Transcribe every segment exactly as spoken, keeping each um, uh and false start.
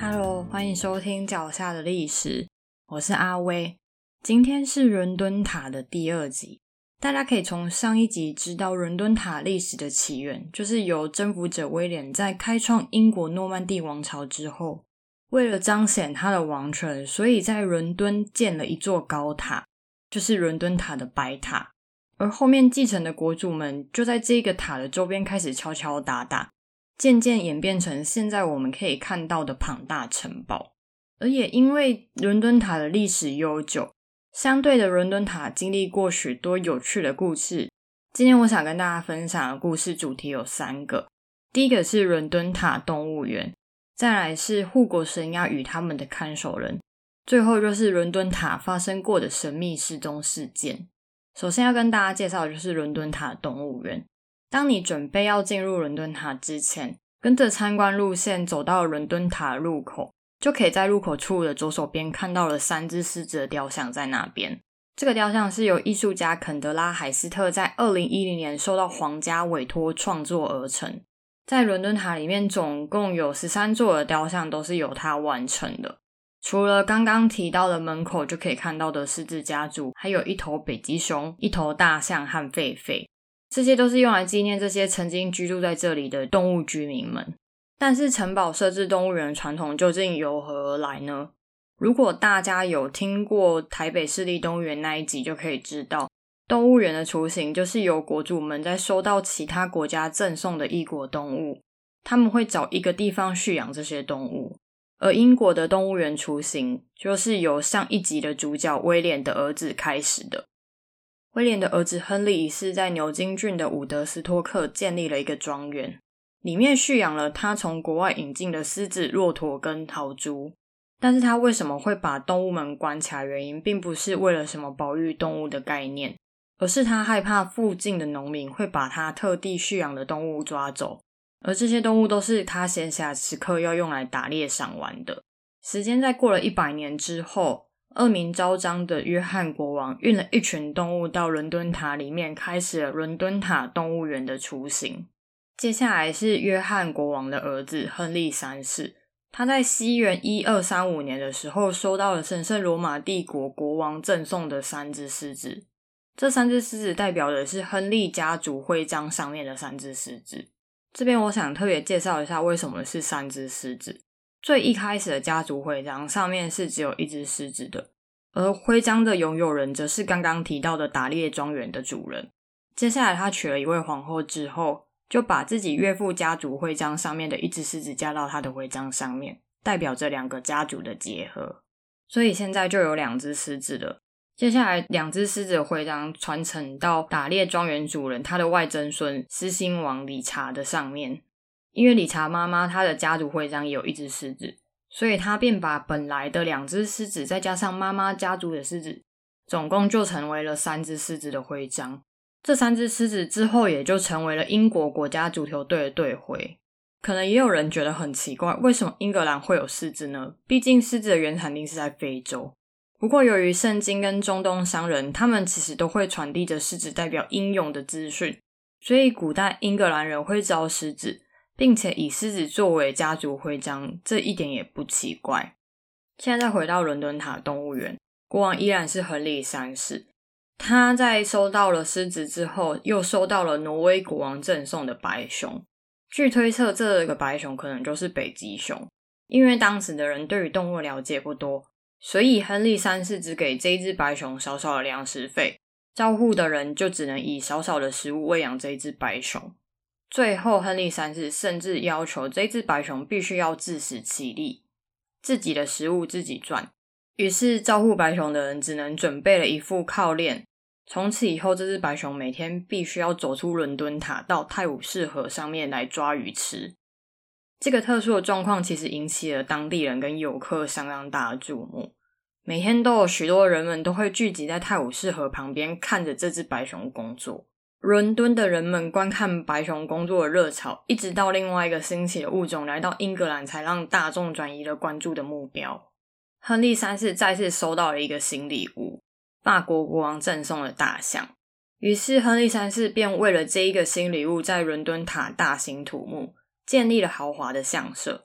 Hello， 欢迎收听脚下的历史，我是阿威。今天是伦敦塔的第二集，大家可以从上一集知道伦敦塔历史的起源，就是由征服者威廉在开创英国诺曼底王朝之后，为了彰显他的王权，所以在伦敦建了一座高塔，就是伦敦塔的白塔。而后面继承的国主们就在这个塔的周边开始敲敲打打，渐渐演变成现在我们可以看到的庞大城堡。而也因为伦敦塔的历史悠久，相对的伦敦塔经历过许多有趣的故事。今天我想跟大家分享的故事主题有三个，第一个是伦敦塔动物园，再来是护国神鸦与他们的看守人，最后就是伦敦塔发生过的神秘失踪事件。首先要跟大家介绍的就是伦敦塔动物园。当你准备要进入伦敦塔之前，跟着参观路线走到伦敦塔入口，就可以在入口处的左手边看到了三只狮子的雕像在那边。这个雕像是由艺术家肯德拉海斯特在二零一零年受到皇家委托创作而成。在伦敦塔里面总共有十三座的雕像都是由他完成的，除了刚刚提到的门口就可以看到的狮子家族，还有一头北极熊、一头大象和狒狒，这些都是用来纪念这些曾经居住在这里的动物居民们。但是城堡设置动物园的传统究竟由何而来呢？如果大家有听过台北市立动物园那一集，就可以知道动物园的雏形就是由国主们在收到其他国家赠送的异国动物，他们会找一个地方蓄养这些动物。而英国的动物园雏形就是由上一集的主角威廉的儿子开始的。威廉的儿子亨利一世在牛津郡的伍德斯托克建立了一个庄园，里面蓄养了他从国外引进的狮子、骆驼跟豪猪。但是他为什么会把动物们关起来，原因并不是为了什么保育动物的概念，而是他害怕附近的农民会把他特地蓄养的动物抓走，而这些动物都是他闲暇时刻要用来打猎赏玩的。时间在过了一百年之后，恶名昭彰的约翰国王运了一群动物到伦敦塔里面，开始了伦敦塔动物园的雏形。接下来是约翰国王的儿子亨利三世，他在西元一二三五年的时候收到了神圣罗马帝国国王赠送的三只狮子，这三只狮子代表的是亨利家族徽章上面的三只狮子。这边我想特别介绍一下为什么是三只狮子。最一开始的家族徽章上面是只有一只狮子的，而徽章的拥有人则是刚刚提到的打猎庄园的主人。接下来他娶了一位皇后之后，就把自己岳父家族徽章上面的一只狮子加到他的徽章上面，代表着两个家族的结合。所以现在就有两只狮子了。接下来两只狮子的徽章传承到打猎庄园主人他的外曾孙狮心王理查的上面，因为理查妈妈她的家族徽章也有一只狮子，所以他便把本来的两只狮子再加上妈妈家族的狮子，总共就成为了三只狮子的徽章。这三只狮子之后也就成为了英国国家足球队的队徽。可能也有人觉得很奇怪，为什么英格兰会有狮子呢？毕竟狮子的原产地是在非洲。不过由于圣经跟中东商人，他们其实都会传递着狮子代表英勇的资讯，所以古代英格兰人会招狮子，并且以狮子作为家族徽章，这一点也不奇怪。现在再回到伦敦塔动物园，国王依然是亨利三世。他在收到了狮子之后，又收到了挪威国王赠送的白熊。据推测，这个白熊可能就是北极熊，因为当时的人对于动物了解不多，所以亨利三世只给这一只白熊少少的粮食费，照护的人就只能以少少的食物喂养这一只白熊。最后亨利三世甚至要求这只白熊必须要自食其力，自己的食物自己赚。于是照护白熊的人只能准备了一副铐链，从此以后这只白熊每天必须要走出伦敦塔到泰晤士河上面来抓鱼吃。这个特殊的状况其实引起了当地人跟游客相当大的注目，每天都有许多人们都会聚集在泰晤士河旁边看着这只白熊工作。伦敦的人们观看白熊工作的热潮，一直到另外一个新奇的物种来到英格兰，才让大众转移了关注的目标。亨利三世再次收到了一个新礼物，法国国王赠送的大象。于是亨利三世便为了这一个新礼物在伦敦塔大兴土木，建立了豪华的象舍。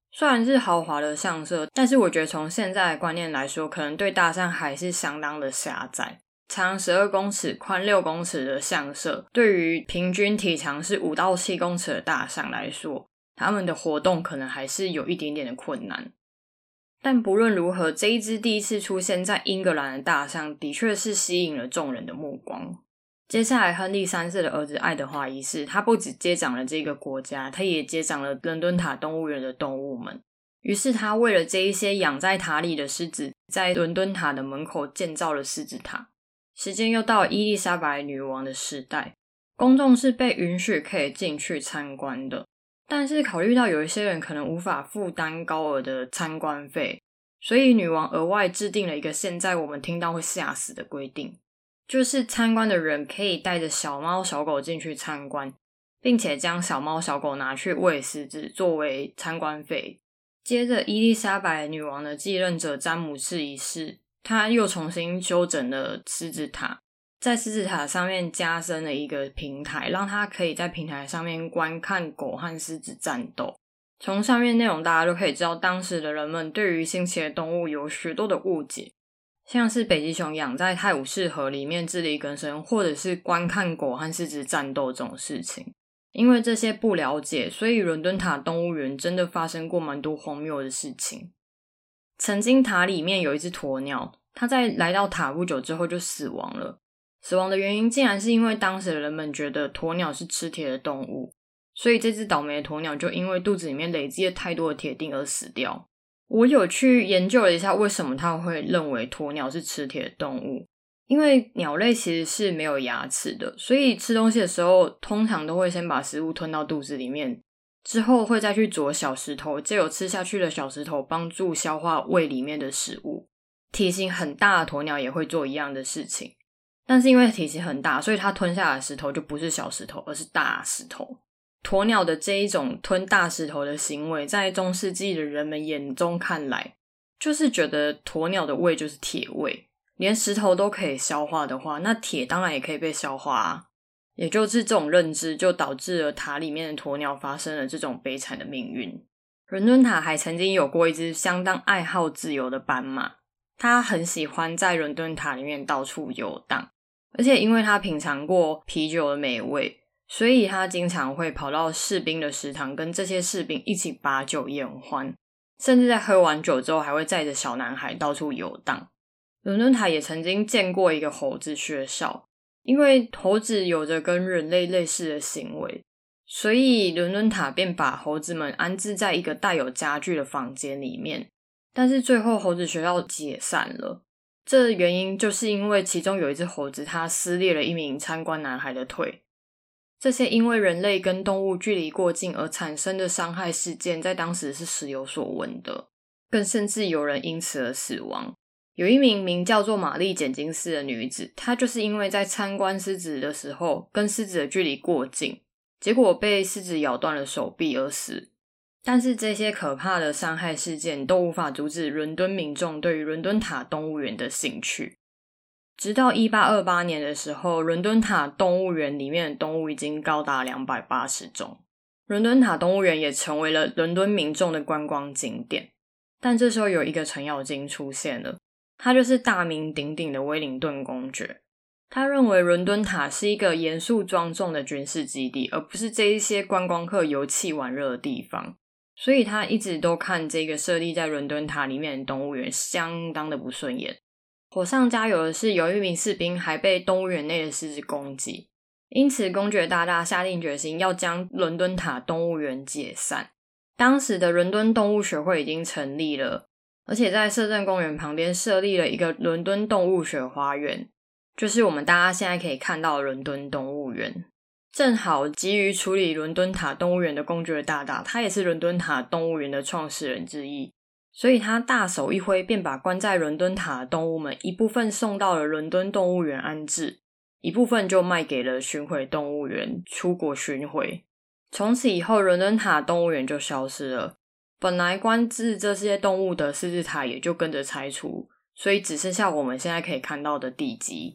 虽然是豪华的上色，但是我觉得从现在的观念来说，可能对大象还是相当的狭窄。长十二公尺、宽六公尺的象舍，对于平均体长是五到七公尺的大象来说，他们的活动可能还是有一点点的困难。但不论如何，这一只第一次出现在英格兰的大象的确是吸引了众人的目光。接下来亨利三世的儿子爱德华一世，他不只接掌了这个国家，他也接掌了伦敦塔动物园的动物们。于是他为了这一些养在塔里的狮子，在伦敦塔的门口建造了狮子塔。时间又到了伊丽莎白女王的时代，公众是被允许可以进去参观的，但是考虑到有一些人可能无法负担高额的参观费，所以女王额外制定了一个现在我们听到会吓死的规定，就是参观的人可以带着小猫小狗进去参观，并且将小猫小狗拿去喂狮子作为参观费。接着伊丽莎白女王的继任者詹姆士一世，他又重新修整了狮子塔，在狮子塔上面加深了一个平台，让他可以在平台上面观看狗和狮子战斗。从上面内容大家就可以知道，当时的人们对于新奇的动物有许多的误解，像是北极熊养在泰晤士河里面自力更生，或者是观看狗和狮子战斗这种事情。因为这些不了解，所以伦敦塔动物园真的发生过蛮多荒谬的事情。曾经塔里面有一只鸵鸟，它在来到塔不久之后就死亡了。死亡的原因竟然是因为当时的人们觉得鸵鸟是吃铁的动物，所以这只倒霉的鸵鸟就因为肚子里面累积了太多的铁锭而死掉。我有去研究了一下为什么他会认为鸵鸟是吃铁的动物，因为鸟类其实是没有牙齿的，所以吃东西的时候通常都会先把食物吞到肚子里面，之后会再去啄小石头，藉由吃下去的小石头帮助消化胃里面的食物。体型很大的鸵鸟也会做一样的事情，但是因为体型很大，所以它吞下的石头就不是小石头，而是大石头。鸵鸟的这一种吞大石头的行为，在中世纪的人们眼中看来，就是觉得鸵鸟的胃就是铁胃，连石头都可以消化的话，那铁当然也可以被消化啊。也就是这种认知，就导致了塔里面的鸵鸟发生了这种悲惨的命运。伦敦塔还曾经有过一只相当爱好自由的斑马，它很喜欢在伦敦塔里面到处游荡，而且因为它品尝过啤酒的美味，所以他经常会跑到士兵的食堂，跟这些士兵一起把酒言欢，甚至在喝完酒之后还会载着小男孩到处游荡。伦敦塔也曾经建过一个猴子学校，因为猴子有着跟人类类似的行为，所以伦敦塔便把猴子们安置在一个带有家具的房间里面。但是最后猴子学校解散了，这原因就是因为其中有一只猴子它撕裂了一名参观男孩的腿。这些因为人类跟动物距离过近而产生的伤害事件，在当时是时有所闻的，更甚至有人因此而死亡。有一名名叫做玛丽简金斯的女子，她就是因为在参观狮子的时候跟狮子的距离过近，结果被狮子咬断了手臂而死。但是这些可怕的伤害事件都无法阻止伦敦民众对于伦敦塔动物园的兴趣。直到一八二八年的时候，伦敦塔动物园里面的动物已经高达两百八十种，伦敦塔动物园也成为了伦敦民众的观光景点。但这时候有一个程咬金出现了，他就是大名鼎鼎的威灵顿公爵。他认为伦敦塔是一个严肃庄重的军事基地，而不是这一些观光客游憩玩乐的地方，所以他一直都看这个设立在伦敦塔里面的动物园相当的不顺眼。火上加油的是，有一名士兵还被动物园内的狮子攻击，因此公爵大大下定决心要将伦敦塔动物园解散。当时的伦敦动物学会已经成立了，而且在摄政公园旁边设立了一个伦敦动物学花园，就是我们大家现在可以看到的伦敦动物园。正好急于处理伦敦塔动物园的公爵大大，他也是伦敦塔动物园的创始人之一，所以他大手一挥，便把关在伦敦塔的动物们一部分送到了伦敦动物园安置，一部分就卖给了巡回动物园出国巡回。从此以后，伦敦塔动物园就消失了，本来关制这些动物的狮子塔也就跟着拆除，所以只剩下我们现在可以看到的地基。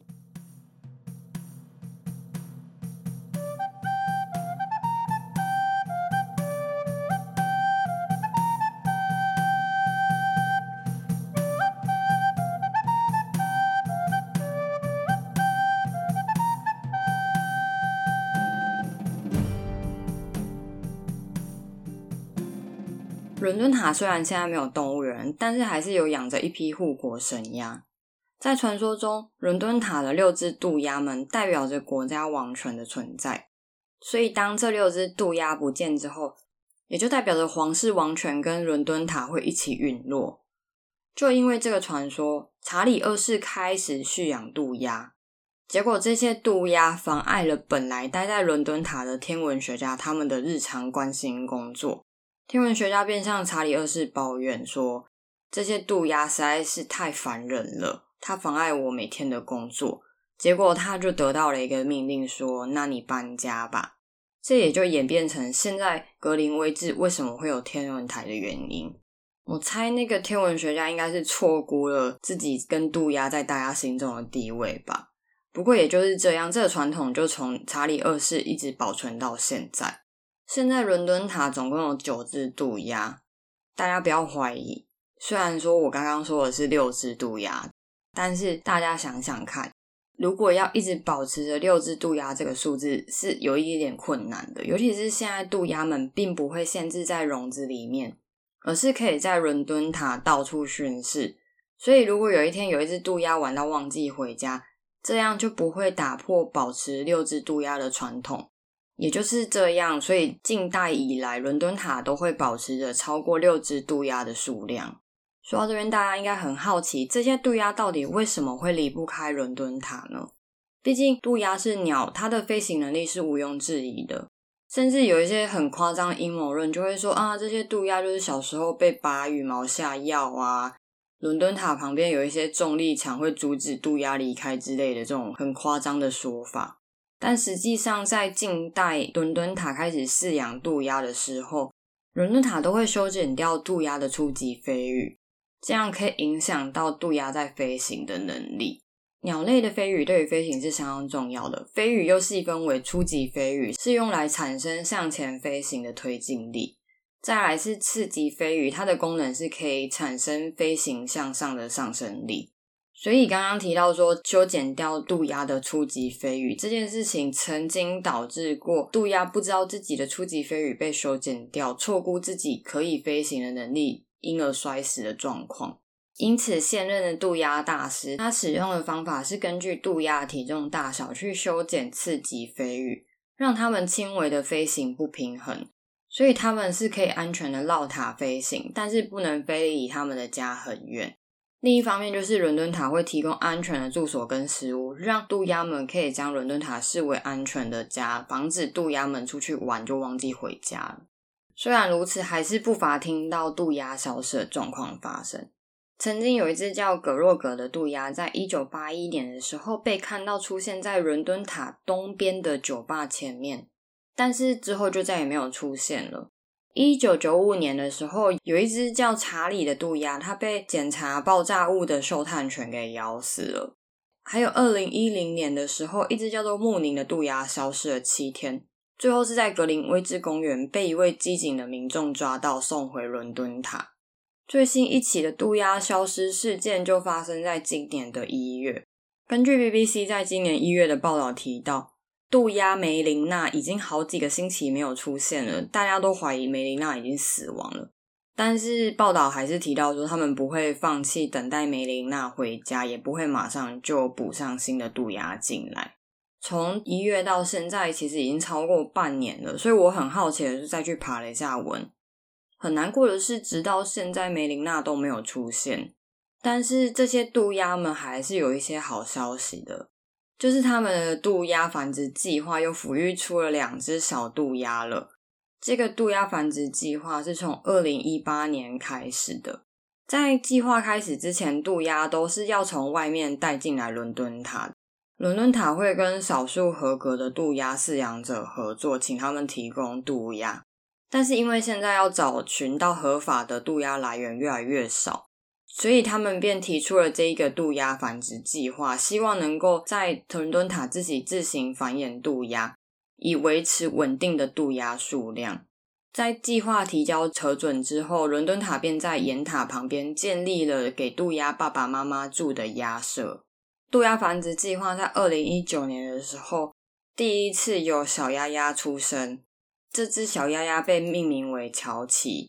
伦敦塔虽然现在没有动物园，但是还是有养着一批护国神鸭。在传说中，伦敦塔的六只渡鸦们代表着国家王权的存在，所以当这六只渡鸦不见之后，也就代表着皇室王权跟伦敦塔会一起陨落。就因为这个传说，查理二世开始蓄养渡鸦，结果这些渡鸦妨碍了本来待在伦敦塔的天文学家他们的日常观星工作。天文学家便向查理二世抱怨说，这些渡鸦实在是太烦人了，它妨碍我每天的工作。结果他就得到了一个命令说，那你搬家吧。这也就演变成现在格林威治为什么会有天文台的原因。我猜那个天文学家应该是错估了自己跟渡鸦在大家心中的地位吧。不过也就是这样，这个传统就从查理二世一直保存到现在。现在伦敦塔总共有九只渡鸦，大家不要怀疑，虽然说我刚刚说的是六只渡鸦，但是大家想想看，如果要一直保持着六只渡鸦这个数字是有一点点困难的，尤其是现在渡鸦们并不会限制在笼子里面，而是可以在伦敦塔到处巡视。所以如果有一天有一只渡鸦玩到忘记回家，这样就不会打破保持六只渡鸦的传统。也就是这样，所以近代以来伦敦塔都会保持着超过六只渡鸦的数量。说到这边，大家应该很好奇，这些渡鸦到底为什么会离不开伦敦塔呢？毕竟渡鸦是鸟，它的飞行能力是毋庸置疑的。甚至有一些很夸张的阴谋论就会说啊，这些渡鸦就是小时候被拔羽毛下药啊，伦敦塔旁边有一些重力场会阻止渡鸦离开之类的这种很夸张的说法。但实际上在近代伦敦塔开始饲养渡鸦的时候，伦敦塔都会修剪掉渡鸦的初级飞羽，这样可以影响到渡鸦在飞行的能力。鸟类的飞羽对于飞行是相当重要的，飞羽又细分为初级飞羽，是用来产生向前飞行的推进力，再来是次级飞羽，它的功能是可以产生飞行向上的上升力。所以刚刚提到说修剪掉渡鸦的初级飞羽这件事情，曾经导致过渡鸦不知道自己的初级飞羽被修剪掉，错估自己可以飞行的能力，因而摔死的状况。因此现任的渡鸦大师他使用的方法是根据渡鸦的体重大小去修剪次级飞羽，让它们轻微的飞行不平衡，所以它们是可以安全的绕塔飞行，但是不能飞离它们的家很远。另一方面就是伦敦塔会提供安全的住所跟食物，让渡鸦们可以将伦敦塔视为安全的家，防止渡鸦们出去玩就忘记回家了。虽然如此，还是不乏听到渡鸦消失的状况发生。曾经有一只叫葛洛格的渡鸦在一九八一年的时候被看到出现在伦敦塔东边的酒吧前面，但是之后就再也没有出现了。一九九五年的时候，有一只叫查理的渡鸦，它被检查爆炸物的嗅探犬给咬死了。还有二零一零年的时候，一只叫做穆宁的渡鸦消失了七天，最后是在格林威治公园被一位机警的民众抓到，送回伦敦塔。最新一起的渡鸦消失事件就发生在今年的一月。根据 B B C 在今年一月的报道提到，渡鸦梅琳娜已经好几个星期没有出现了，大家都怀疑梅琳娜已经死亡了。但是报道还是提到说，他们不会放弃等待梅琳娜回家，也不会马上就补上新的渡鸦进来。从一月到现在其实已经超过半年了，所以我很好奇的就再去爬了一下文。很难过的是，直到现在梅琳娜都没有出现。但是这些渡鸦们还是有一些好消息的，就是他们的渡鸦繁殖计划又抚育出了两只小渡鸦了。这个渡鸦繁殖计划是从二零一八年开始的。在计划开始之前，渡鸦都是要从外面带进来伦敦塔。伦敦塔会跟少数合格的渡鸦饲养者合作，请他们提供渡鸦。但是因为现在要找寻到合法的渡鸦来源越来越少，所以他们便提出了这一个渡鸦繁殖计划，希望能够在伦敦塔自己自行繁衍渡鸦，以维持稳定的渡鸦数量。在计划提交核准之后，伦敦塔便在岩塔旁边建立了给渡鸦爸爸妈妈住的鸦舍。渡鸦繁殖计划在二零一九年的时候，第一次有小鸭鸭出生。这只小鸭鸭被命名为乔奇。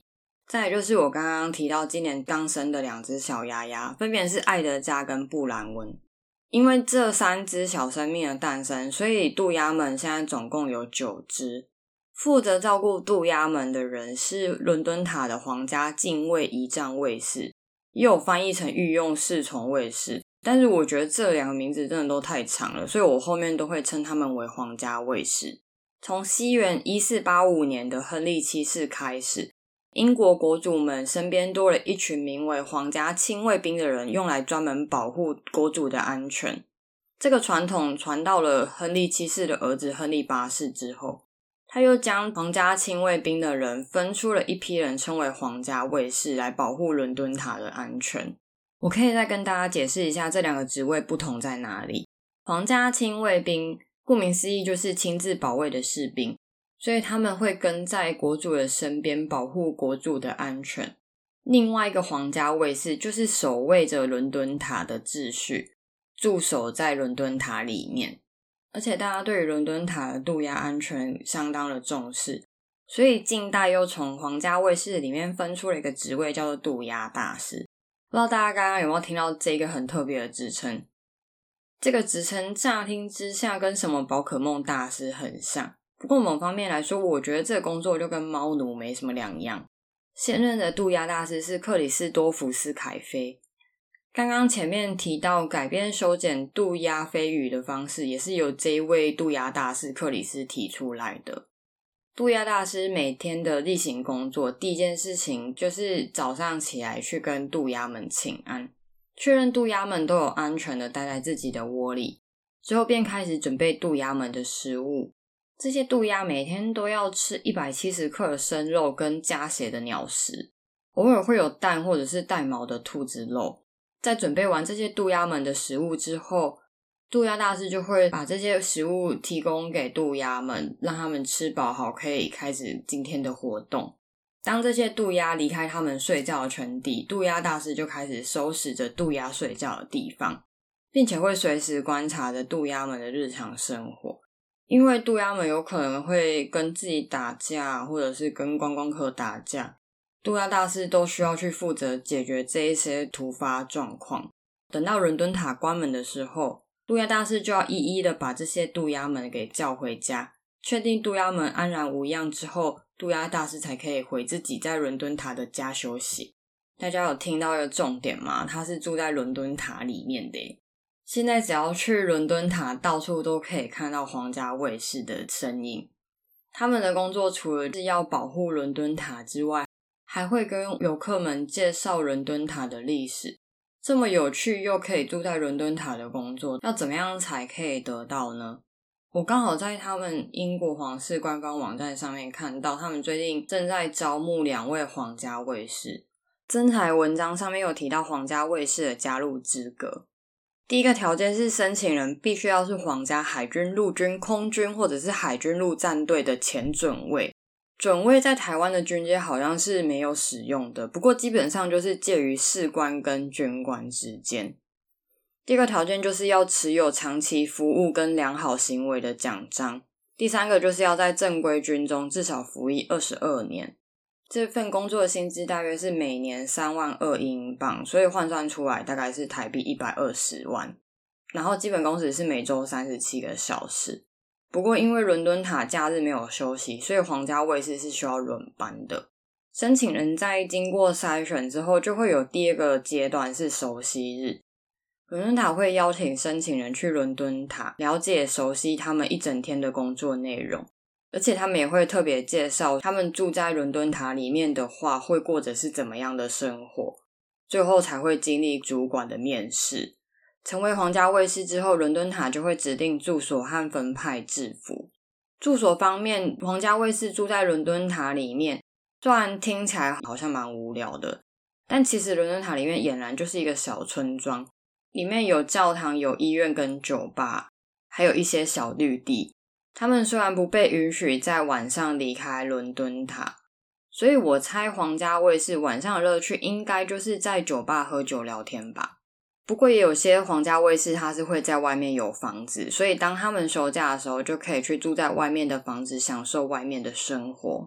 再来就是我刚刚提到今年刚生的两只小鸭鸭，分别是爱德加跟布兰温。因为这三只小生命的诞生，所以渡鸦们现在总共有九只。负责照顾渡鸦们的人是伦敦塔的皇家禁卫仪仗卫士，也有翻译成御用侍从卫士，但是我觉得这两个名字真的都太长了，所以我后面都会称他们为皇家卫士。从西元一四八五年的亨利七世开始，英国国主们身边多了一群名为皇家亲卫兵的人，用来专门保护国主的安全。这个传统传到了亨利七世的儿子亨利八世之后，他又将皇家亲卫兵的人分出了一批人称为皇家卫士，来保护伦敦塔的安全。我可以再跟大家解释一下这两个职位不同在哪里。皇家亲卫兵顾名思义就是亲自保卫的士兵，所以他们会跟在国主的身边保护国主的安全。另外一个皇家卫士就是守卫着伦敦塔的秩序，驻守在伦敦塔里面。而且大家对于伦敦塔的渡鸦安全相当的重视，所以近代又从皇家卫士里面分出了一个职位叫做渡鸦大师。不知道大家刚刚有没有听到这个很特别的职称？这个职称乍听之下跟什么宝可梦大师很像，不过某方面来说，我觉得这个工作就跟猫奴没什么两样。现任的渡鸦大师是克里斯多福斯凯菲。刚刚前面提到改变修剪渡鸦飞羽的方式，也是由这一位渡鸦大师克里斯提出来的。渡鸦大师每天的例行工作，第一件事情就是早上起来去跟渡鸦们请安，确认渡鸦们都有安全的待在自己的窝里，之后便开始准备渡鸦们的食物。这些渡鸦每天都要吃一百七十克的生肉跟加血的鸟食，偶尔会有蛋或者是带毛的兔子肉。在准备完这些渡鸦们的食物之后，渡鸦大师就会把这些食物提供给渡鸦们，让他们吃饱好，可以开始今天的活动。当这些渡鸦离开他们睡觉的圈地，渡鸦大师就开始收拾着渡鸦睡觉的地方，并且会随时观察着渡鸦们的日常生活。因为渡鸦们有可能会跟自己打架，或者是跟观光客打架，渡鸦大师都需要去负责解决这一些突发状况。等到伦敦塔关门的时候，渡鸦大师就要一一的把这些渡鸦们给叫回家，确定渡鸦们安然无恙之后，渡鸦大师才可以回自己在伦敦塔的家休息。大家有听到一个重点吗？他是住在伦敦塔里面的耶。现在只要去伦敦塔，到处都可以看到皇家卫士的身影。他们的工作除了是要保护伦敦塔之外，还会跟游客们介绍伦敦塔的历史。这么有趣又可以住在伦敦塔的工作，要怎么样才可以得到呢？我刚好在他们英国皇室官方网站上面看到，他们最近正在招募两位皇家卫士。征才文章上面有提到皇家卫士的加入资格。第一个条件是申请人必须要是皇家海军、陆军、空军或者是海军陆战队的前准尉。准尉在台湾的军阶好像是没有使用的，不过基本上就是介于士官跟军官之间。第二个条件就是要持有长期服务跟良好行为的奖章。第三个就是要在正规军中至少服役二十二年。这份工作的薪资大约是每年三万二英镑，所以换算出来大概是台币一百二十万。然后基本工时是每周三十七个小时。不过因为伦敦塔假日没有休息，所以皇家卫士是需要轮班的。申请人在经过筛选之后，就会有第二个阶段是熟悉日。伦敦塔会邀请申请人去伦敦塔了解熟悉他们一整天的工作内容，而且他们也会特别介绍他们住在伦敦塔里面的话会过着是怎么样的生活，最后才会经历主管的面试。成为皇家卫士之后，伦敦塔就会指定住所和分派制服。住所方面，皇家卫士住在伦敦塔里面，虽然听起来好像蛮无聊的，但其实伦敦塔里面俨然就是一个小村庄，里面有教堂、有医院跟酒吧，还有一些小绿地。他们虽然不被允许在晚上离开伦敦塔，所以我猜皇家卫士晚上的乐趣应该就是在酒吧喝酒聊天吧。不过也有些皇家卫士他是会在外面有房子，所以当他们休假的时候就可以去住在外面的房子，享受外面的生活。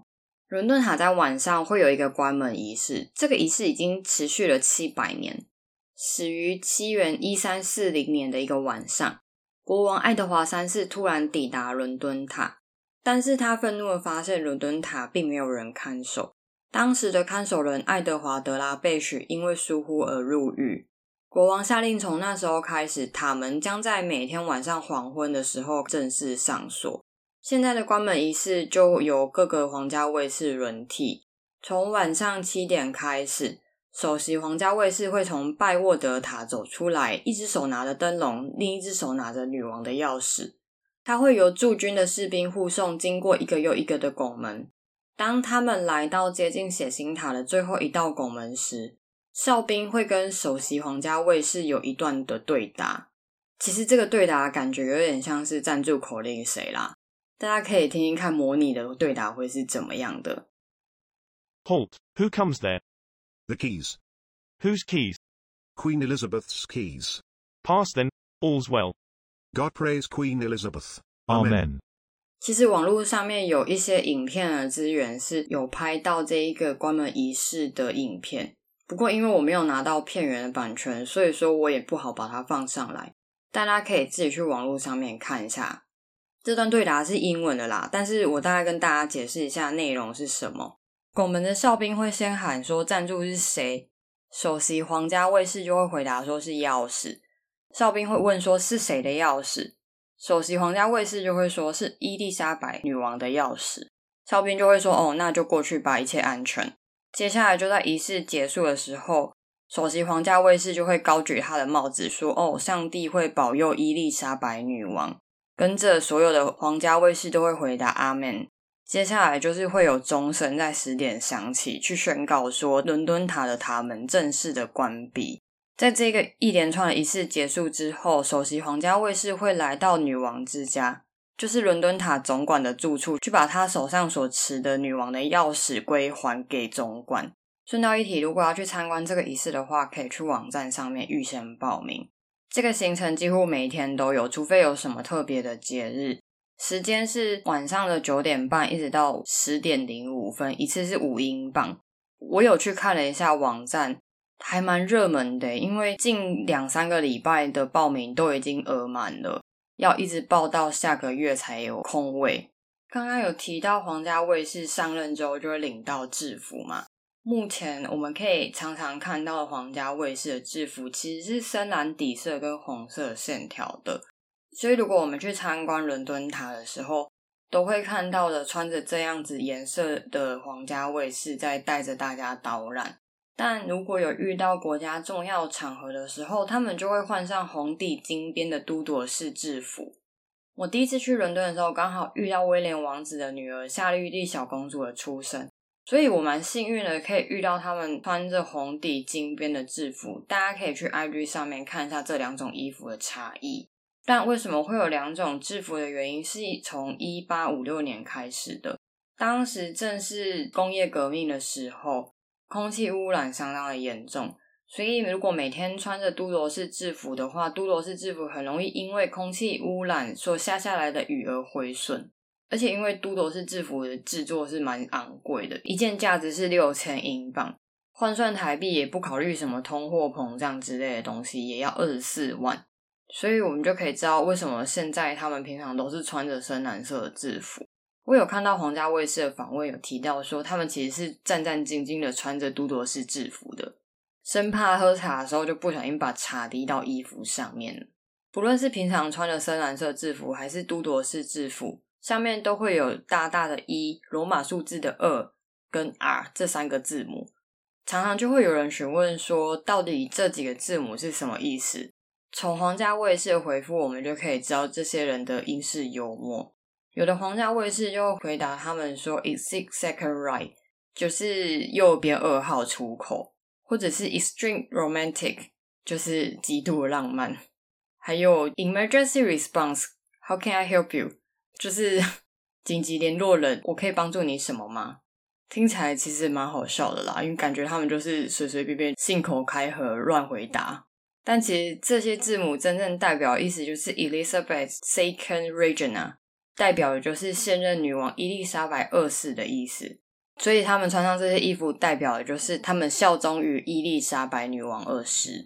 伦敦塔在晚上会有一个关门仪式，这个仪式已经持续了七百年，始于西元一三四零年的一个晚上，国王爱德华三世突然抵达伦敦塔，但是他愤怒地发现伦敦塔并没有人看守。当时的看守人爱德华德拉贝许因为疏忽而入狱，国王下令从那时候开始，塔门将在每天晚上黄昏的时候正式上锁。现在的关门仪式就由各个皇家卫士轮替，从晚上七点开始，首席皇家卫士会从拜沃德塔走出来，一只手拿着灯笼，另一只手拿着女王的钥匙。他会由驻军的士兵护送经过一个又一个的拱门。当他们来到接近血腥塔的最后一道拱门时，哨兵会跟首席皇家卫士有一段的对答。其实这个对答感觉有点像是赞助口令谁啦，大家可以听听看模拟的对答会是怎么样的。 Halt, who comes there? The keys. Whose keys? Queen Elizabeth's keys. Pass then, all's well. God praise Queen Elizabeth. Amen. 其实网络上面有一些影片的资源是有拍到这一个关门仪式的影片，不过因为我没有拿到片源的版权，所以说我也不好把它放上来，大家可以自己去网络上面看一下。这段对答是英文的啦，但是我大概跟大家解释一下内容是什么。拱门的哨兵会先喊说赞助是谁，首席皇家卫士就会回答说是钥匙，哨兵会问说是谁的钥匙，首席皇家卫士就会说是伊丽莎白女王的钥匙，哨兵就会说哦，那就过去吧，一切安全。接下来就在仪式结束的时候，首席皇家卫士就会高举他的帽子说哦，上帝会保佑伊丽莎白女王，跟着所有的皇家卫士都会回答阿们。接下来就是会有钟声在十点响起，去宣告说伦敦塔的塔门正式的关闭。在这个一连串的仪式结束之后，首席皇家卫士会来到女王之家，就是伦敦塔总管的住处，去把他手上所持的女王的钥匙归还给总管。顺道一提，如果要去参观这个仪式的话，可以去网站上面预先报名。这个行程几乎每一天都有，除非有什么特别的节日。时间是晚上的九点半一直到十点零五分，一次是五英镑。我有去看了一下网站，还蛮热门的，因为近两三个礼拜的报名都已经额满了，要一直报到下个月才有空位。刚刚有提到皇家卫士上任之后就会领到制服嘛，目前我们可以常常看到的皇家卫士的制服其实是深蓝底色跟红色线条的，所以如果我们去参观伦敦塔的时候，都会看到的穿着这样子颜色的皇家卫士在带着大家导览。但如果有遇到国家重要场合的时候，他们就会换上红底金边的都铎式制服。我第一次去伦敦的时候，刚好遇到威廉王子的女儿夏绿蒂小公主的出生，所以我蛮幸运的可以遇到他们穿着红底金边的制服。大家可以去 I G 上面看一下这两种衣服的差异。但为什么会有两种制服的原因是从一八五六年开始的，当时正是工业革命的时候，空气污染相当的严重，所以如果每天穿着都铎式制服的话，都铎式制服很容易因为空气污染所下下来的雨而毁损。而且因为都铎式制服的制作是蛮昂贵的，一件价值是六千英镑，换算台币也不考虑什么通货膨胀之类的东西，也要二十四万。所以我们就可以知道为什么现在他们平常都是穿着深蓝色的制服。我有看到皇家卫士的访问有提到说，他们其实是战战兢兢的穿着都铎式制服的，生怕喝茶的时候就不小心把茶滴到衣服上面。不论是平常穿的深蓝色制服还是都铎式制服，上面都会有大大的一、罗马数字的二跟 R 这三个字母。常常就会有人询问说，到底这几个字母是什么意思？从皇家卫士的回复我们就可以知道这些人的英式幽默。有的皇家卫士就回答他们说 Exit second right 就是右边二号出口，或者是 Extreme romantic 就是极度的浪漫，还有 Emergency response How can I help you 就是紧急联络人，我可以帮助你什么吗？听起来其实蛮好笑的啦，因为感觉他们就是随随便便信口开河乱回答。但其实这些字母真正代表的意思就是 Elizabeth Second Regina， 代表的就是现任女王伊丽莎白二世的意思。 所以他们穿上这些衣服代表的就是他们效忠于伊丽莎白女王二世。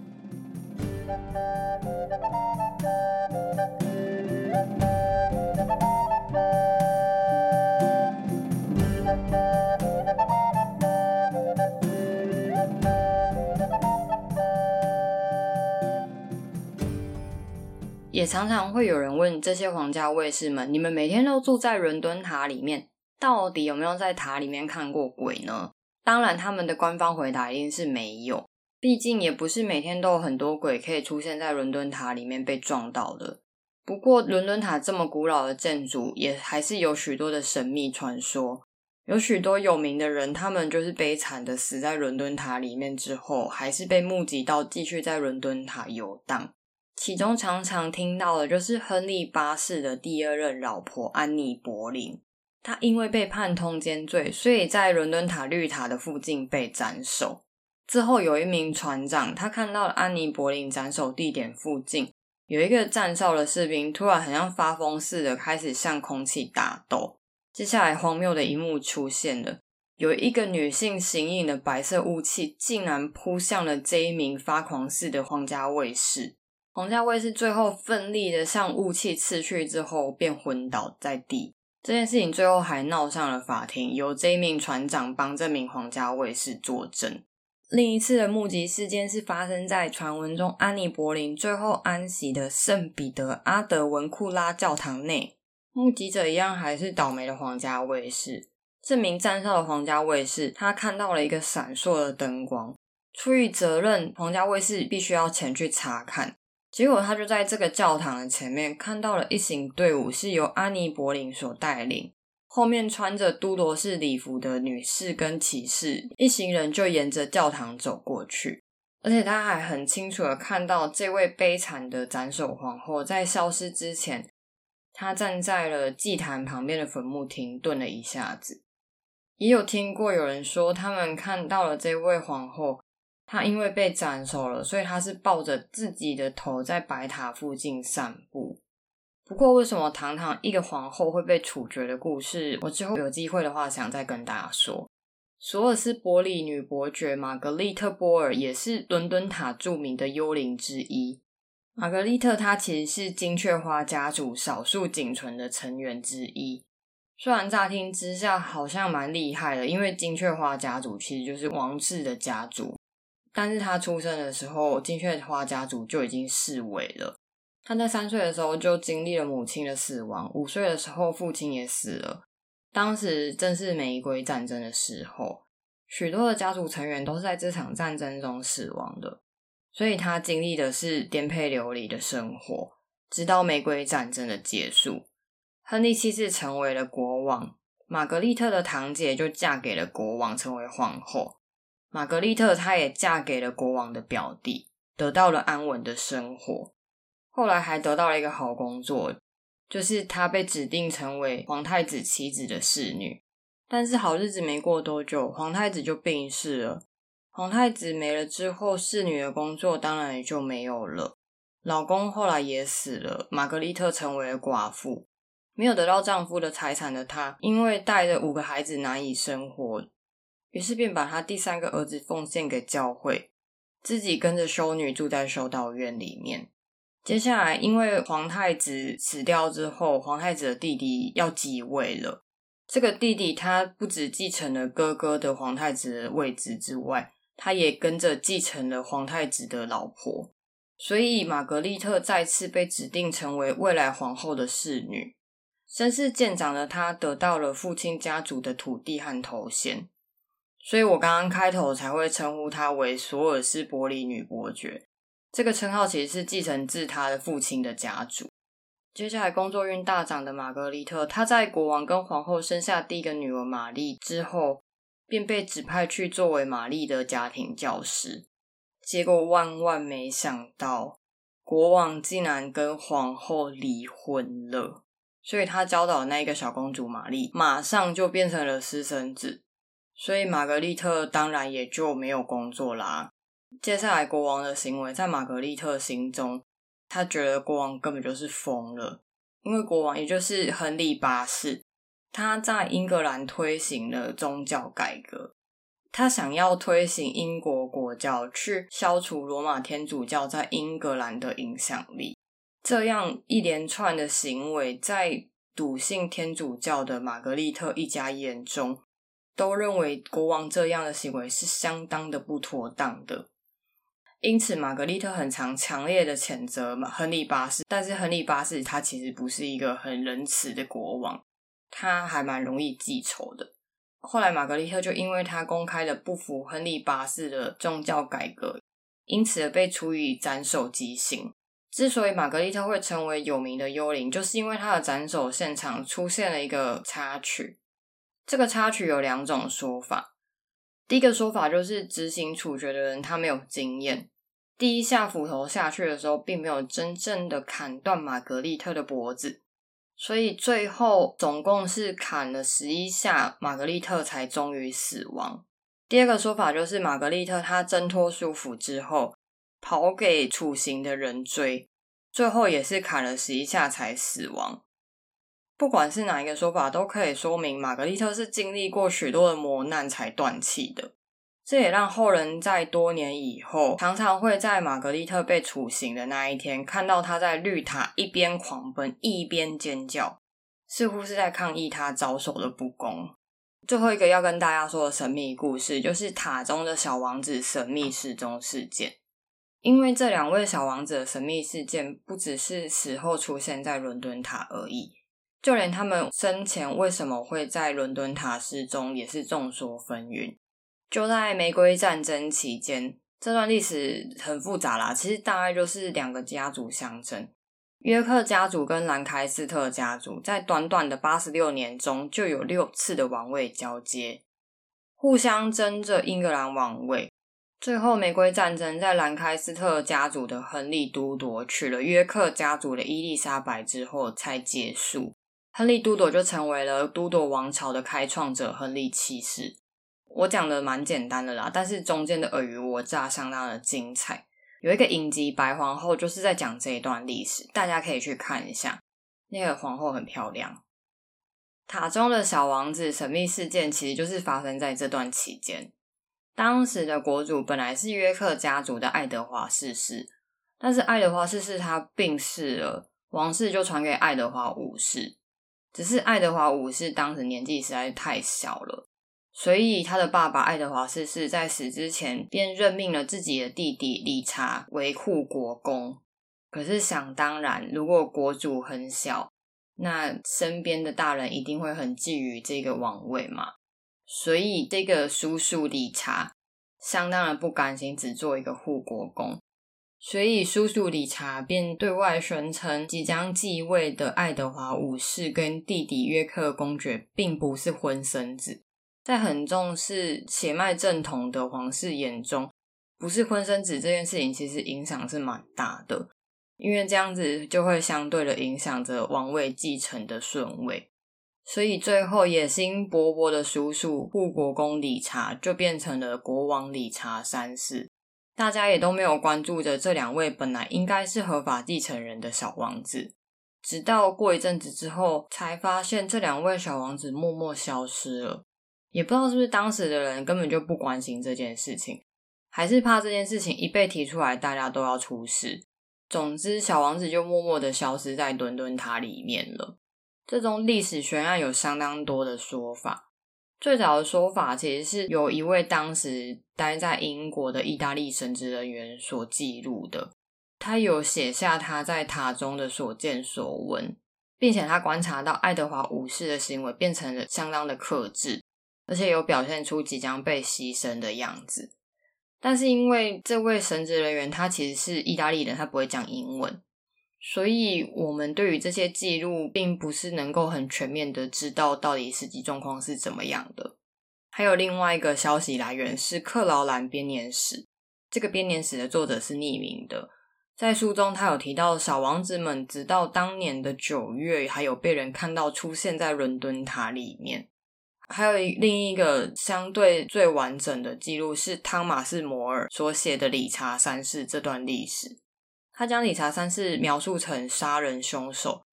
也常常会有人问这些皇家卫士们，你们每天都住在伦敦塔里面，到底有没有在塔里面看过鬼呢？当然他们的官方回答一定是没有，毕竟也不是每天都有很多鬼可以出现在伦敦塔里面被撞到的。不过伦敦塔这么古老的建筑也还是有许多的神秘传说，有许多有名的人他们就是悲惨的死在伦敦塔里面之后，还是被目击到继续在伦敦塔游荡。其中常常听到的就是亨利八世的第二任老婆安妮柏林，她因为被判通奸罪，所以在伦敦塔绿塔的附近被斩首。之后有一名船长，他看到了安妮柏林斩首地点附近有一个站哨的士兵突然很像发疯似的开始向空气打斗。接下来荒谬的一幕出现了，有一个女性形影的白色雾气竟然扑向了这一名发狂似的皇家卫士。皇家卫士最后奋力的向雾气刺去之后便昏倒在地，这件事情最后还闹上了法庭，由这一名船长帮这名皇家卫士作证。另一次的目击事件是发生在传闻中安妮柏林最后安息的圣彼得阿德文库拉教堂内，目击者一样还是倒霉的皇家卫士。这名站哨的皇家卫士他看到了一个闪烁的灯光，出于责任皇家卫士必须要前去查看，结果他就在这个教堂的前面看到了一行队伍是由安妮柏林所带领，后面穿着都铎式礼服的女士跟骑士，一行人就沿着教堂走过去。而且他还很清楚的看到这位悲惨的斩首皇后在消失之前，她站在了祭坛旁边的坟墓停顿了一下子。也有听过有人说他们看到了这位皇后，她因为被斩首了，所以她是抱着自己的头在白塔附近散步。不过为什么堂堂一个皇后会被处决的故事，我之后有机会的话想再跟大家说。索尔斯伯里女伯爵玛格丽特波尔也是伦敦塔著名的幽灵之一。玛格丽特她其实是金雀花家族少数仅存的成员之一，虽然乍听之下好像蛮厉害的，因为金雀花家族其实就是王室的家族，但是他出生的时候金雀花家族就已经式微了。他在三岁的时候就经历了母亲的死亡，五岁的时候父亲也死了，当时正是玫瑰战争的时候，许多的家族成员都是在这场战争中死亡的，所以他经历的是颠沛流离的生活，直到玫瑰战争的结束。亨利七世成为了国王，玛格丽特的堂姐就嫁给了国王成为皇后，玛格丽特她也嫁给了国王的表弟，得到了安稳的生活。后来还得到了一个好工作，就是她被指定成为皇太子妻子的侍女。但是好日子没过多久，皇太子就病逝了。皇太子没了之后，侍女的工作当然也就没有了。老公后来也死了，玛格丽特成为了寡妇。没有得到丈夫的财产的她，因为带着五个孩子难以生活，于是便把她第三个儿子奉献给教会，自己跟着修女住在修道院里面。接下来因为皇太子死掉之后，皇太子的弟弟要继位了。这个弟弟他不只继承了哥哥的皇太子的位置之外，他也跟着继承了皇太子的老婆，所以玛格丽特再次被指定成为未来皇后的侍女。身世渐长的她得到了父亲家族的土地和头衔，所以我刚刚开头才会称呼她为索尔斯伯里女伯爵，这个称号其实是继承自她的父亲的家族。接下来工作运大涨的玛格丽特，她在国王跟皇后生下第一个女儿玛丽之后，便被指派去作为玛丽的家庭教师。结果万万没想到，国王竟然跟皇后离婚了，所以他教导的那一个小公主玛丽马上就变成了私生子，所以玛格丽特当然也就没有工作啦。接下来国王的行为在玛格丽特心中，他觉得国王根本就是疯了，因为国王也就是亨利八世， 他在英格兰推行了宗教改革，他想要推行英国国教，去消除罗马天主教在英格兰的影响力。这样一连串的行为，在笃信天主教的玛格丽特一家眼中，都认为国王这样的行为是相当的不妥当的。因此玛格丽特很常强烈的谴责亨利八世，但是亨利八世他其实不是一个很仁慈的国王，他还蛮容易记仇的。后来玛格丽特就因为他公开的不服亨利八世的宗教改革，因此而被处以斩首极刑。之所以玛格丽特会成为有名的幽灵，就是因为他的斩首现场出现了一个插曲。这个插曲有两种说法，第一个说法就是执行处决的人他没有经验，第一下斧头下去的时候并没有真正的砍断玛格丽特的脖子，所以最后总共是砍了十一下，玛格丽特才终于死亡。第二个说法就是玛格丽特她挣脱束缚之后跑给处刑的人追，最后也是砍了十一下才死亡。不管是哪一个说法，都可以说明玛格丽特是经历过许多的磨难才断气的。这也让后人在多年以后常常会在玛格丽特被处刑的那一天看到她在绿塔一边狂奔一边尖叫，似乎是在抗议她遭受的不公。最后一个要跟大家说的神秘故事，就是塔中的小王子神秘失踪事件。因为这两位小王子的神秘事件不只是死后出现在伦敦塔而已，就连他们生前为什么会在伦敦塔失踪也是众说纷纭。就在玫瑰战争期间，这段历史很复杂啦，其实大概就是两个家族相争。约克家族跟兰开斯特家族在短短的八十六年中就有六次的王位交接，互相争着英格兰王位。最后玫瑰战争在兰开斯特家族的亨利都铎娶了约克家族的伊丽莎白之后才结束，亨利都铎就成为了都铎王朝的开创者亨利七世。我讲的蛮简单的啦，但是中间的尔虞我诈相当的精彩。有一个影集白皇后就是在讲这一段历史，大家可以去看一下，那个皇后很漂亮。塔中的小王子神秘事件其实就是发生在这段期间。当时的国主本来是约克家族的爱德华四世，但是爱德华四世他病逝了，王室就传给爱德华五世。只是爱德华五世当时年纪实在是太小了，所以他的爸爸爱德华四世在死之前便任命了自己的弟弟理查为护国公。可是想当然，如果国主很小，那身边的大人一定会很觊觎这个王位嘛。所以这个叔叔理查相当的不甘心只做一个护国公，所以叔叔理查便对外宣称即将继位的爱德华五世跟弟弟约克公爵并不是婚生子。在很重视血脉正统的皇室眼中，不是婚生子这件事情其实影响是蛮大的，因为这样子就会相对的影响着王位继承的顺位。所以最后野心勃勃的叔叔护国公理查就变成了国王理查三世。大家也都没有关注着这两位本来应该是合法继承人的小王子，直到过一阵子之后才发现这两位小王子默默消失了。也不知道是不是当时的人根本就不关心这件事情，还是怕这件事情一被提出来大家都要出事。总之小王子就默默的消失在伦敦塔里面了。这种历史悬案有相当多的说法，最早的说法其实是有一位当时待在英国的意大利神职人员所记录的，他有写下他在塔中的所见所闻，并且他观察到爱德华五世的行为变成了相当的克制，而且有表现出即将被牺牲的样子。但是因为这位神职人员他其实是意大利人，他不会讲英文，所以我们对于这些记录并不是能够很全面的知道到底实际状况是怎么样的。还有另外一个消息来源是克劳兰编年史，这个编年史的作者是匿名的，在书中他有提到小王子们直到当年的九月还有被人看到出现在伦敦塔里面。还有另一个相对最完整的记录是汤马士摩尔所写的理查三世这段历史，他将理查三世描述成杀人凶手，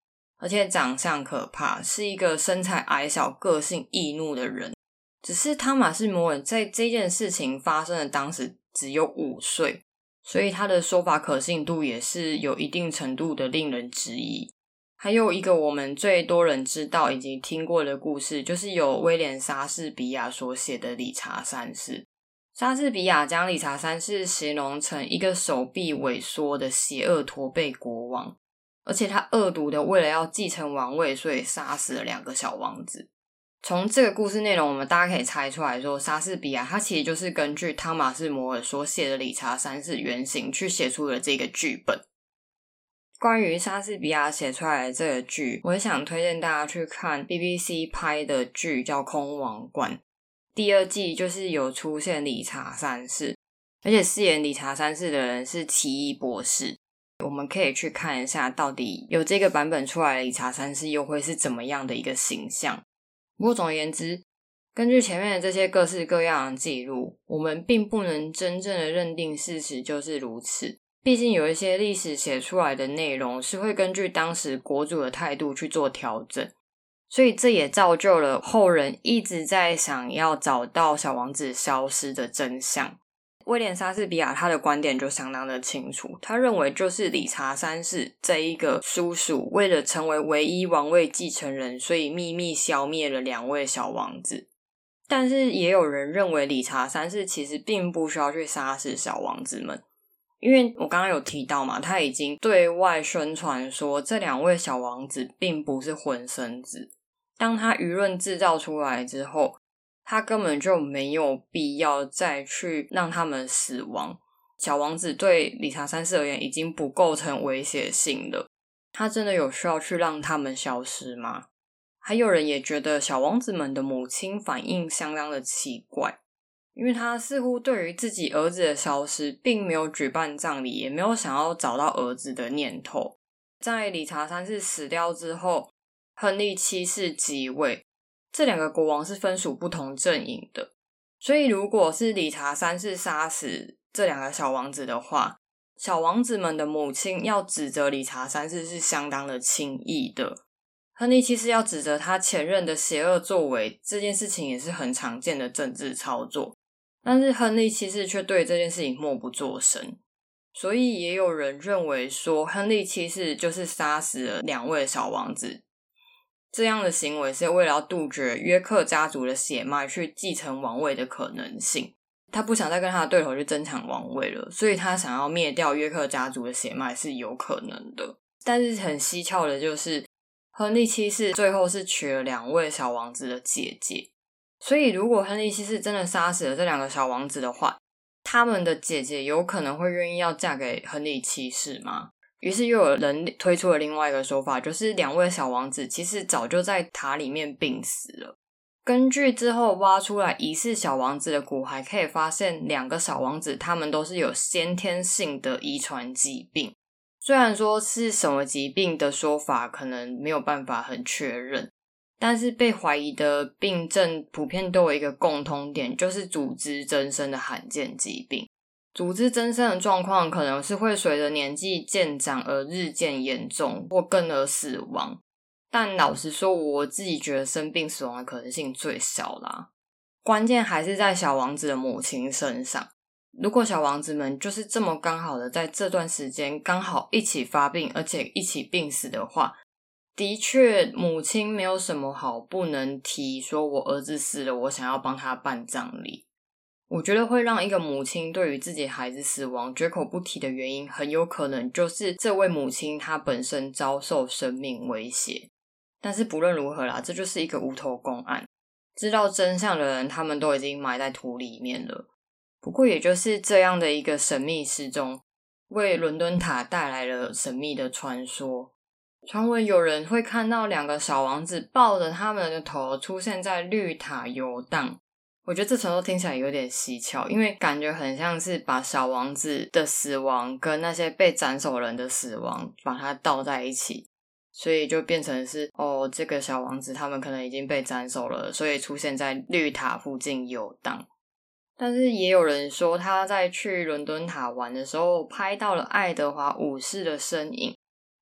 而且长相可怕，是一个身材矮小、个性易怒的人。只是汤马士摩尔在这件事情发生的当时只有五岁，所以他的说法可信度也是有一定程度的令人质疑。还有一个我们最多人知道以及听过的故事，就是由威廉莎士比亚所写的理查三世。莎士比亚将理查三世形容成一个手臂萎缩的邪恶驼背国王，而且他恶毒的为了要继承王位，所以杀死了两个小王子。从这个故事内容，我们大家可以猜出来说，莎士比亚他其实就是根据汤马士摩尔所写的理查三世原型去写出了这个剧本。关于莎士比亚写出来的这个剧，我也想推荐大家去看 B B C 拍的剧叫《空王冠》，第二季就是有出现理查三世，而且饰演理查三世的人是奇异博士。我们可以去看一下到底有这个版本出来的理查三世又会是怎么样的一个形象。不过总而言之，根据前面的这些各式各样的记录，我们并不能真正的认定事实就是如此。毕竟有一些历史写出来的内容是会根据当时国主的态度去做调整，所以这也造就了后人一直在想要找到小王子消失的真相。威廉莎士比亚他的观点就相当的清楚，他认为就是理查三世这一个叔叔为了成为唯一王位继承人，所以秘密消灭了两位小王子。但是也有人认为理查三世其实并不需要去杀死小王子们，因为我刚刚有提到嘛，他已经对外宣传说这两位小王子并不是婚生子。当他舆论制造出来之后，他根本就没有必要再去让他们死亡。小王子对理查三世而言已经不构成威胁性了，他真的有需要去让他们消失吗？还有人也觉得小王子们的母亲反应相当的奇怪，因为他似乎对于自己儿子的消失并没有举办葬礼，也没有想要找到儿子的念头。在理查三世死掉之后，亨利七世即位，这两个国王是分属不同阵营的，所以如果是理查三世杀死这两个小王子的话，小王子们的母亲要指责理查三世是相当的轻易的。亨利七世要指责他前任的邪恶作为，这件事情也是很常见的政治操作，但是亨利七世却对这件事情默不作声。所以也有人认为说亨利七世就是杀死了两位小王子，这样的行为是为了要杜绝约克家族的血脉去继承王位的可能性。他不想再跟他的对手去争抢王位了，所以他想要灭掉约克家族的血脉是有可能的。但是很蹊跷的就是亨利七世最后是娶了两位小王子的姐姐，所以如果亨利七世真的杀死了这两个小王子的话，他们的姐姐有可能会愿意要嫁给亨利七世吗？于是又有人推出了另外一个说法，就是两位小王子其实早就在塔里面病死了。根据之后挖出来疑似小王子的骨骸，可以发现两个小王子他们都是有先天性的遗传疾病，虽然说是什么疾病的说法可能没有办法很确认，但是被怀疑的病症普遍都有一个共通点，就是组织增生的罕见疾病。组织增生的状况可能是会随着年纪渐长而日渐严重，或更而死亡。但老实说，我自己觉得生病死亡的可能性最小啦。关键还是在小王子的母亲身上。如果小王子们就是这么刚好的在这段时间刚好一起发病，而且一起病死的话，的确母亲没有什么好不能提说我儿子死了，我想要帮他办葬礼。我觉得会让一个母亲对于自己孩子死亡绝口不提的原因，很有可能就是这位母亲她本身遭受生命威胁。但是不论如何啦，这就是一个无头公案，知道真相的人他们都已经埋在土里面了。不过也就是这样的一个神秘失踪，为伦敦塔带来了神秘的传说。传闻有人会看到两个小王子抱着他们的头出现在绿塔游荡。我觉得这传说听起来有点蹊跷，因为感觉很像是把小王子的死亡跟那些被斩首人的死亡把它倒在一起，所以就变成是哦，这个小王子他们可能已经被斩首了，所以出现在绿塔附近游荡。但是也有人说他在去伦敦塔玩的时候拍到了爱德华五世的身影，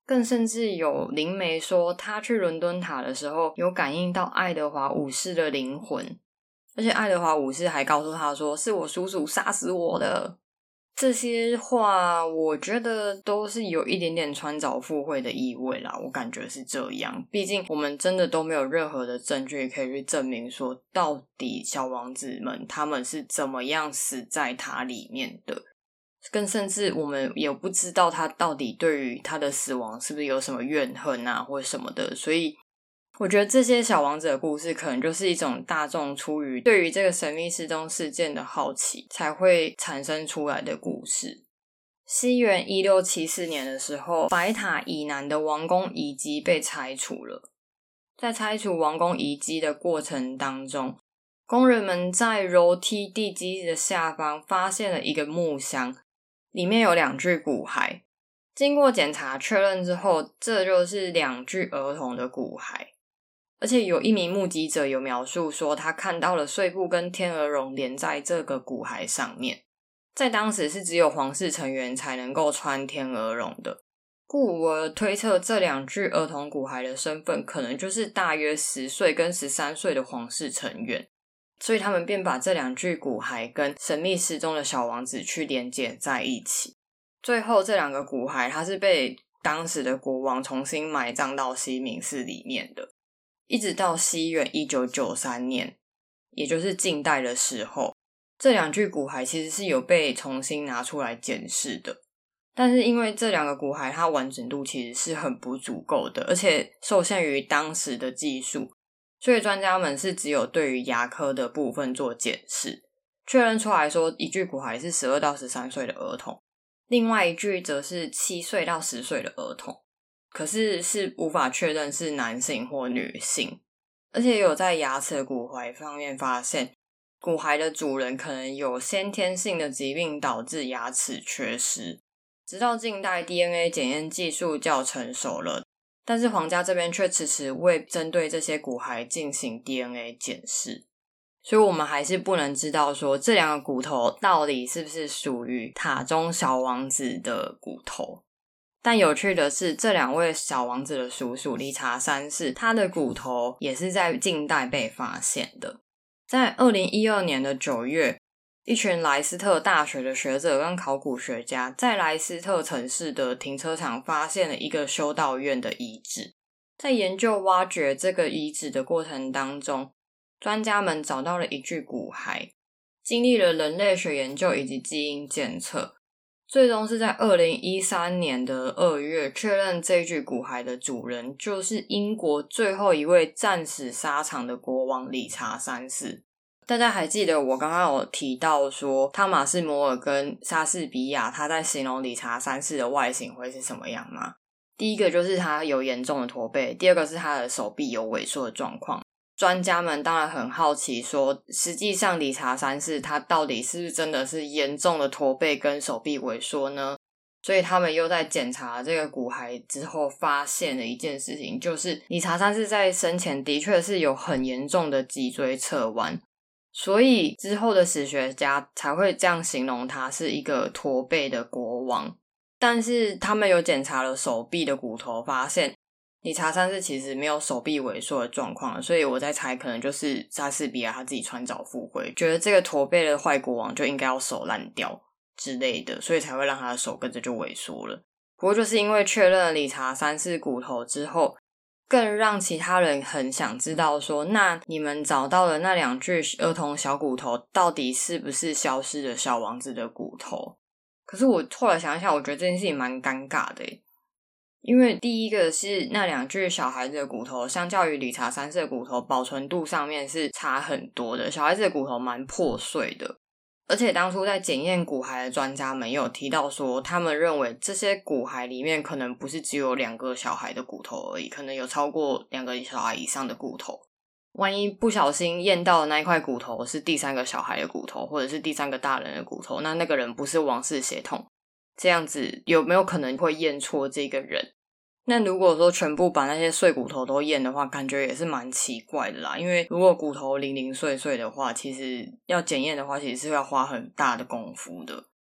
更甚至有灵媒说他去伦敦塔的时候有感应到爱德华五世的灵魂，而且爱德华五世还告诉他说是我叔叔杀死我的。这些话我觉得都是有一点点穿凿附会的意味啦，我感觉是这样，毕竟我们真的都没有任何的证据可以去证明说到底小王子们他们是怎么样死在塔里面的，更甚至我们也不知道他到底对于他的死亡是不是有什么怨恨啊或者什么的，所以我觉得这些小王子的故事可能就是一种大众出于对于这个神秘失踪事件的好奇才会产生出来的故事。西元一六七四年的时候，白塔以南的王宫遗迹被拆除了。在拆除王宫遗迹的过程当中，工人们在楼梯地基的下方发现了一个木箱，里面有两具骨骸。经过检查确认之后，这就是两具儿童的骨骸。而且有一名目击者有描述说他看到了碎布跟天鹅绒连在这个骨骸上面，在当时是只有皇室成员才能够穿天鹅绒的，故我推测这两具儿童骨骸的身份可能就是大约十岁跟十三岁的皇室成员，所以他们便把这两具骨骸跟神秘失踪的小王子去连接在一起。最后这两个骨骸它是被当时的国王重新埋葬到西敏寺里面的，一直到西元一九九三年，也就是近代的时候，这两具骨骸其实是有被重新拿出来检视的，但是因为这两个骨骸它完整度其实是很不足够的，而且受限于当时的技术，所以专家们是只有对于牙科的部分做检视，确认出来说一具骨骸是十二到十三岁的儿童，另外一具则是七岁到十岁的儿童，可是是无法确认是男性或女性。而且有在牙齿的骨骸方面发现，骨骸的主人可能有先天性的疾病导致牙齿缺失。直到近代 D N A 检验技术较成熟了，但是皇家这边却迟迟未针对这些骨骸进行 D N A 检视，所以我们还是不能知道说这两个骨头到底是不是属于塔中小王子的骨头。但有趣的是，这两位小王子的叔叔理查三世，他的骨头也是在近代被发现的。在二零一二年的九月，一群莱斯特大学的学者跟考古学家在莱斯特城市的停车场发现了一个修道院的遗址。在研究挖掘这个遗址的过程当中，专家们找到了一具骨骸，经历了人类学研究以及基因检测，最终是在二零一三年的二月确认这具骨骸的主人就是英国最后一位战死沙场的国王理查三世。大家还记得我刚刚有提到说汤马士摩尔跟莎士比亚他在形容理查三世的外形会是什么样吗？第一个就是他有严重的驼背，第二个是他的手臂有萎缩的状况。专家们当然很好奇说实际上理查三世他到底是不是真的是严重的驼背跟手臂萎缩呢？所以他们又在检查这个骨骸之后发现了一件事情，就是理查三世在生前的确是有很严重的脊椎侧弯，所以之后的史学家才会这样形容他是一个驼背的国王。但是他们有检查了手臂的骨头，发现理查三世其实没有手臂萎缩的状况，所以我在猜可能就是莎士比亚他自己穿凿附会，觉得这个驼背的坏国王就应该要手烂掉之类的，所以才会让他的手跟着就萎缩了。不过就是因为确认了理查三世骨头之后，更让其他人很想知道说，那你们找到的那两具儿童小骨头到底是不是消失的小王子的骨头？可是我后来想一想，我觉得这件事情蛮尴尬的耶，因为第一个是那两具小孩子的骨头相较于理查三世的骨头保存度上面是差很多的，小孩子的骨头蛮破碎的，而且当初在检验骨骸的专家们也有提到说，他们认为这些骨骸里面可能不是只有两个小孩的骨头而已，可能有超过两个小孩以上的骨头。万一不小心验到的那一块骨头是第三个小孩的骨头，或者是第三个大人的骨头，那那个人不是王室血统，这样子有没有可能会验错这个人？那如果说全部把那些碎骨头都验的话，感觉也是蛮奇怪的啦，因为如果骨头零零碎碎的话，其实要检验的话其实是要花很大的功夫的。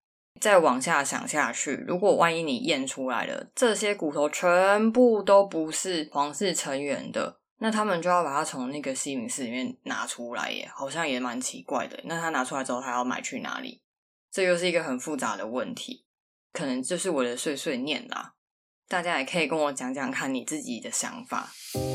再往下想下去，如果万一你验出来了，这些骨头全部都不是皇室成员的，那他们就要把它从那个西敏寺里面拿出来耶，好像也蛮奇怪的。那他拿出来之后，他要买去哪里？这又是一个很复杂的问题，可能就是我的碎碎念啦。大家也可以跟我讲讲看你自己的想法。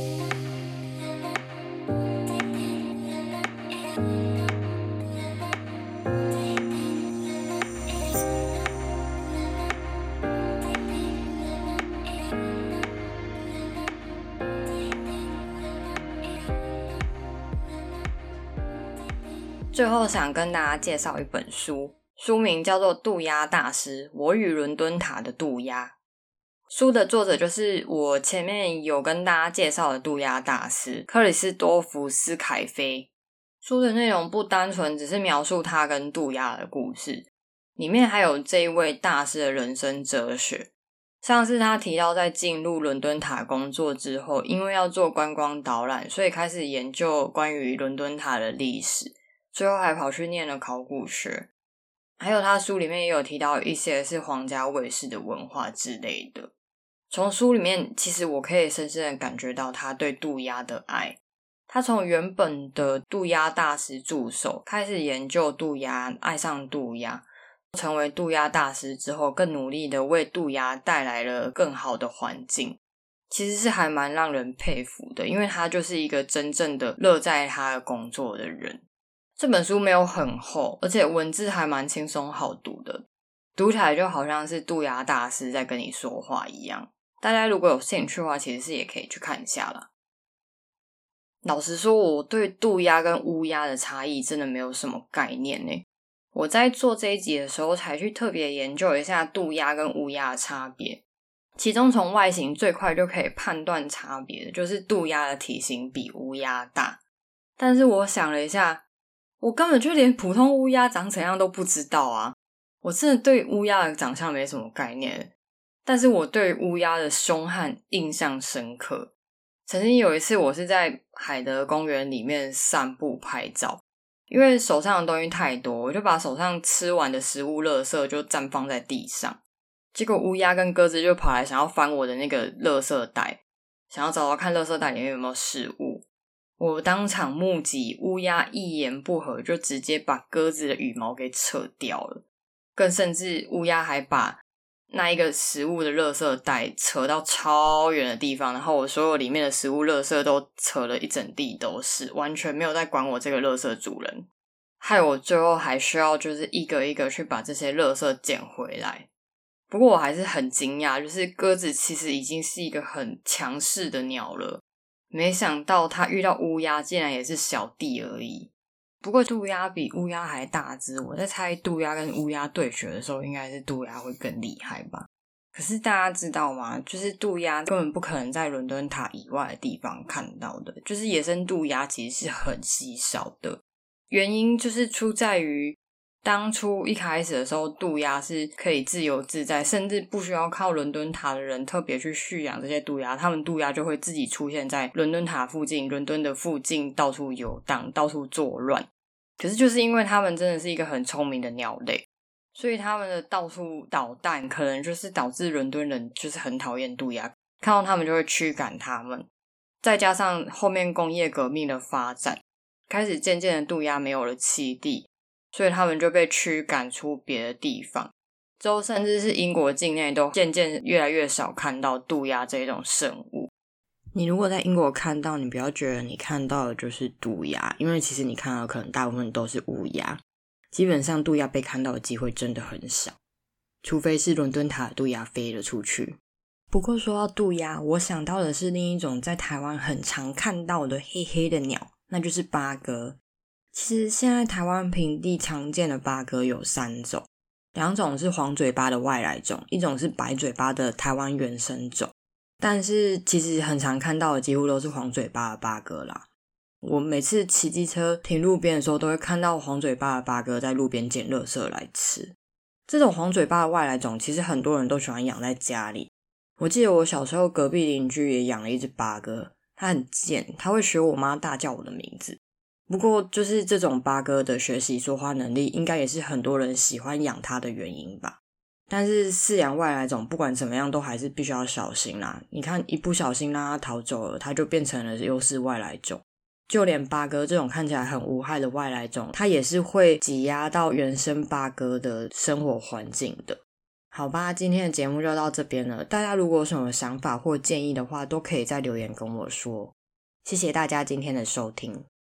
最后想跟大家介绍一本书，书名叫做《渡鸦大师：我与伦敦塔的渡鸦》。书的作者就是我前面有跟大家介绍的渡鸦大师克里斯多福斯凯菲。书的内容不单纯只是描述他跟渡鸦的故事，里面还有这一位大师的人生哲学。上次他提到在进入伦敦塔工作之后，因为要做观光导览，所以开始研究关于伦敦塔的历史，最后还跑去念了考古学。还有他书里面也有提到一些是皇家卫士的文化之类的。从书里面其实我可以深深的感觉到他对渡鸦的爱。他从原本的渡鸦大师助手开始研究渡鸦，爱上渡鸦，成为渡鸦大师之后更努力的为渡鸦带来了更好的环境。其实是还蛮让人佩服的，因为他就是一个真正的乐在他的工作的人。这本书没有很厚，而且文字还蛮轻松好读的，读起来就好像是渡鸦大师在跟你说话一样。大家如果有兴趣的话，其实是也可以去看一下啦。老实说，我对渡鸦跟乌鸦的差异真的没有什么概念耶。我在做这一集的时候才去特别研究一下渡鸦跟乌鸦的差别，其中从外形最快就可以判断差别的就是渡鸦的体型比乌鸦大。但是我想了一下，我根本就连普通乌鸦长怎样都不知道啊！我真的对乌鸦的长相没什么概念，但是我对乌鸦的凶悍印象深刻。曾经有一次我是在海德公园里面散步拍照，因为手上的东西太多，我就把手上吃完的食物垃圾就绽放在地上，结果乌鸦跟鸽子就跑来想要翻我的那个垃圾袋，想要找找看垃圾袋里面有没有食物。我当场目击乌鸦一言不合就直接把鸽子的羽毛给扯掉了，更甚至乌鸦还把那一个食物的垃圾袋扯到超远的地方，然后我所有里面的食物垃圾都扯了一整地都是，完全没有在管我这个垃圾主人，害我最后还需要就是一个一个去把这些垃圾捡回来。不过我还是很惊讶，就是鸽子其实已经是一个很强势的鸟了，没想到它遇到乌鸦竟然也是小弟而已。不过渡鸦比乌鸦还大只，我在猜渡鸦跟乌鸦对决的时候应该是渡鸦会更厉害吧。可是大家知道吗，就是渡鸦根本不可能在伦敦塔以外的地方看到的，就是野生渡鸦其实是很稀少的。原因就是出在于当初一开始的时候，渡鸦是可以自由自在，甚至不需要靠伦敦塔的人特别去蓄养这些渡鸦，他们渡鸦就会自己出现在伦敦塔附近，伦敦的附近到处游荡，到处作乱。可是就是因为他们真的是一个很聪明的鸟类，所以他们的到处捣蛋可能就是导致伦敦人就是很讨厌渡鸦，看到他们就会驱赶他们。再加上后面工业革命的发展，开始渐渐的渡鸦没有了栖地，所以他们就被驱赶出别的地方，之后甚至是英国境内都渐渐越来越少看到渡鸦这种生物。你如果在英国看到，你不要觉得你看到的就是渡鸦，因为其实你看到的可能大部分都是乌鸦，基本上渡鸦被看到的机会真的很少，除非是伦敦塔的渡鸦飞了出去。不过说到渡鸦，我想到的是另一种在台湾很常看到的黑黑的鸟，那就是八哥。其实现在台湾平地常见的八哥有三种，两种是黄嘴巴的外来种，一种是白嘴巴的台湾原生种。但是其实很常看到的几乎都是黄嘴巴的八哥啦。我每次骑机车停路边的时候，都会看到黄嘴巴的八哥在路边捡垃圾来吃。这种黄嘴巴的外来种其实很多人都喜欢养在家里。我记得我小时候隔壁邻居也养了一只八哥，它很贱，它会学我妈大叫我的名字。 不过就是这种八哥的学习说话能力，应该也是很多人喜欢养它的原因吧。但是饲养外来种不管怎么样都还是必须要小心啦，你看一不小心让它逃走了，它就变成了优势外来种。就连八哥这种看起来很无害的外来种，它也是会挤压到原生八哥的生活环境的。好吧，今天的节目就到这边了，大家如果有什么想法或建议的话，都可以在留言跟我说。谢谢大家今天的收听。